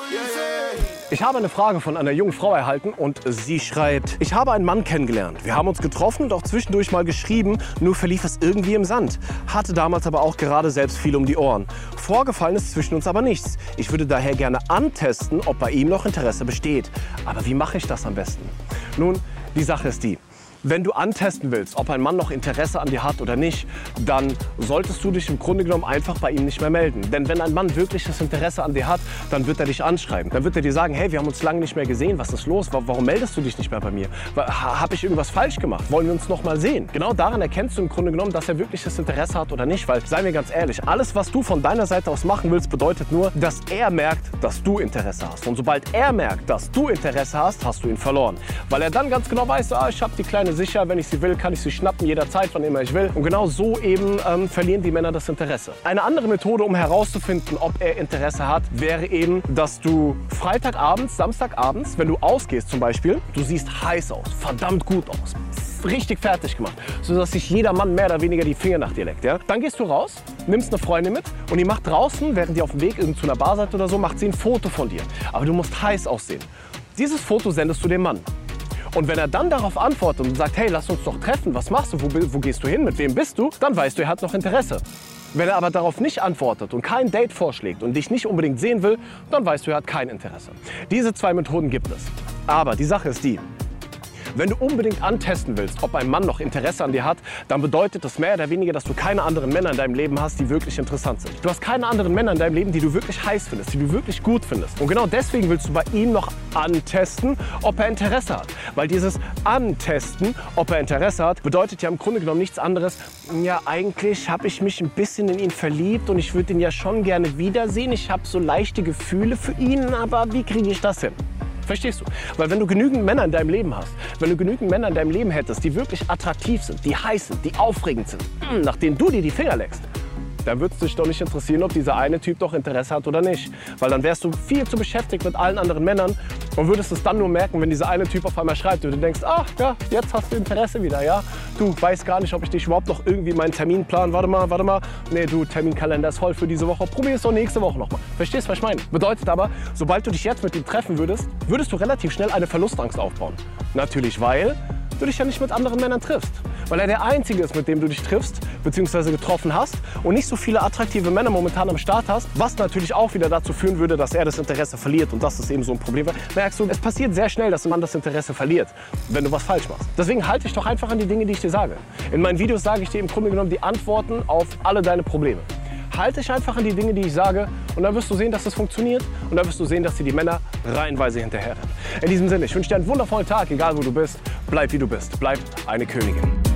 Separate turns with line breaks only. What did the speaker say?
Ich habe eine Frage von einer jungen Frau erhalten und sie schreibt: Ich habe einen Mann kennengelernt. Wir haben uns getroffen und auch zwischendurch mal geschrieben, nur verlief es irgendwie im Sand. Hatte damals aber auch gerade selbst viel um die Ohren. Vorgefallen ist zwischen uns aber nichts. Ich würde daher gerne antesten, ob bei ihm noch Interesse besteht. Aber wie mache ich das am besten? Nun, die Sache ist die: Wenn du antesten willst, ob ein Mann noch Interesse an dir hat oder nicht, dann solltest du dich im Grunde genommen einfach bei ihm nicht mehr melden. Denn wenn ein Mann wirkliches Interesse an dir hat, dann wird er dich anschreiben. Dann wird er dir sagen: Hey, wir haben uns lange nicht mehr gesehen, was ist los? Warum meldest du dich nicht mehr bei mir? Habe ich irgendwas falsch gemacht? Wollen wir uns noch mal sehen? Genau daran erkennst du im Grunde genommen, dass er wirkliches Interesse hat oder nicht. Weil, seien wir ganz ehrlich, alles, was du von deiner Seite aus machen willst, bedeutet nur, dass er merkt, dass du Interesse hast. Und sobald er merkt, dass du Interesse hast, hast du ihn verloren. Weil er dann ganz genau weiß: Ich habe die Kleine sicher, wenn ich sie will, kann ich sie schnappen, jederzeit, wann immer ich will. Und genau so eben verlieren die Männer das Interesse. Eine andere Methode, um herauszufinden, ob er Interesse hat, wäre eben, dass du Freitagabends, Samstagabends, wenn du ausgehst zum Beispiel, du siehst heiß aus, verdammt gut aus, richtig fertig gemacht, sodass sich jeder Mann mehr oder weniger die Finger nach dir leckt. Ja? Dann gehst du raus, nimmst eine Freundin mit und die macht draußen, während ihr auf dem Weg zu einer Bar seid oder so, macht sie ein Foto von dir. Aber du musst heiß aussehen. Dieses Foto sendest du dem Mann. Und wenn er dann darauf antwortet und sagt: Hey, lass uns doch treffen, was machst du, wo gehst du hin, mit wem bist du, dann weißt du, er hat noch Interesse. Wenn er aber darauf nicht antwortet und kein Date vorschlägt und dich nicht unbedingt sehen will, dann weißt du, er hat kein Interesse. Diese zwei Methoden gibt es. Aber die Sache ist die: Wenn du unbedingt antesten willst, ob ein Mann noch Interesse an dir hat, dann bedeutet das mehr oder weniger, dass du keine anderen Männer in deinem Leben hast, die wirklich interessant sind. Du hast keine anderen Männer in deinem Leben, die du wirklich heiß findest, die du wirklich gut findest. Und genau deswegen willst du bei ihm noch antesten, ob er Interesse hat. Weil dieses Antesten, ob er Interesse hat, bedeutet ja im Grunde genommen nichts anderes: Ja, eigentlich habe ich mich ein bisschen in ihn verliebt und ich würde ihn ja schon gerne wiedersehen. Ich habe so leichte Gefühle für ihn, aber wie kriege ich das hin? Verstehst du? Weil wenn du genügend Männer in deinem Leben hast, wenn du genügend Männer in deinem Leben hättest, die wirklich attraktiv sind, die heiß sind, die aufregend sind, nach denen du dir die Finger leckst, dann würde es dich doch nicht interessieren, ob dieser eine Typ doch Interesse hat oder nicht. Weil dann wärst du viel zu beschäftigt mit allen anderen Männern und würdest es dann nur merken, wenn dieser eine Typ auf einmal schreibt und du denkst: Ach ja, jetzt hast du Interesse wieder, ja? Du weißt gar nicht, ob ich dich überhaupt noch irgendwie meinen Terminplan, warte mal. Nee, du, Terminkalender ist voll für diese Woche, probier es doch nächste Woche nochmal. Verstehst du, was ich meine? Bedeutet aber, sobald du dich jetzt mit ihm treffen würdest, würdest du relativ schnell eine Verlustangst aufbauen. Natürlich, weil du dich ja nicht mit anderen Männern triffst. Weil er der Einzige ist, mit dem du dich triffst bzw. getroffen hast und nicht so viele attraktive Männer momentan am Start hast, was natürlich auch wieder dazu führen würde, dass er das Interesse verliert und das ist eben so ein Problem. Merkst du, es passiert sehr schnell, dass ein Mann das Interesse verliert, wenn du was falsch machst. Deswegen halte dich doch einfach an die Dinge, die ich dir sage. In meinen Videos sage ich dir im Grunde genommen die Antworten auf alle deine Probleme. Halte dich einfach an die Dinge, die ich sage, und dann wirst du sehen, dass das funktioniert und dann wirst du sehen, dass dir die Männer reihenweise hinterherrennen. In diesem Sinne, ich wünsche dir einen wundervollen Tag, egal wo du bist. Bleib wie du bist, bleib eine Königin.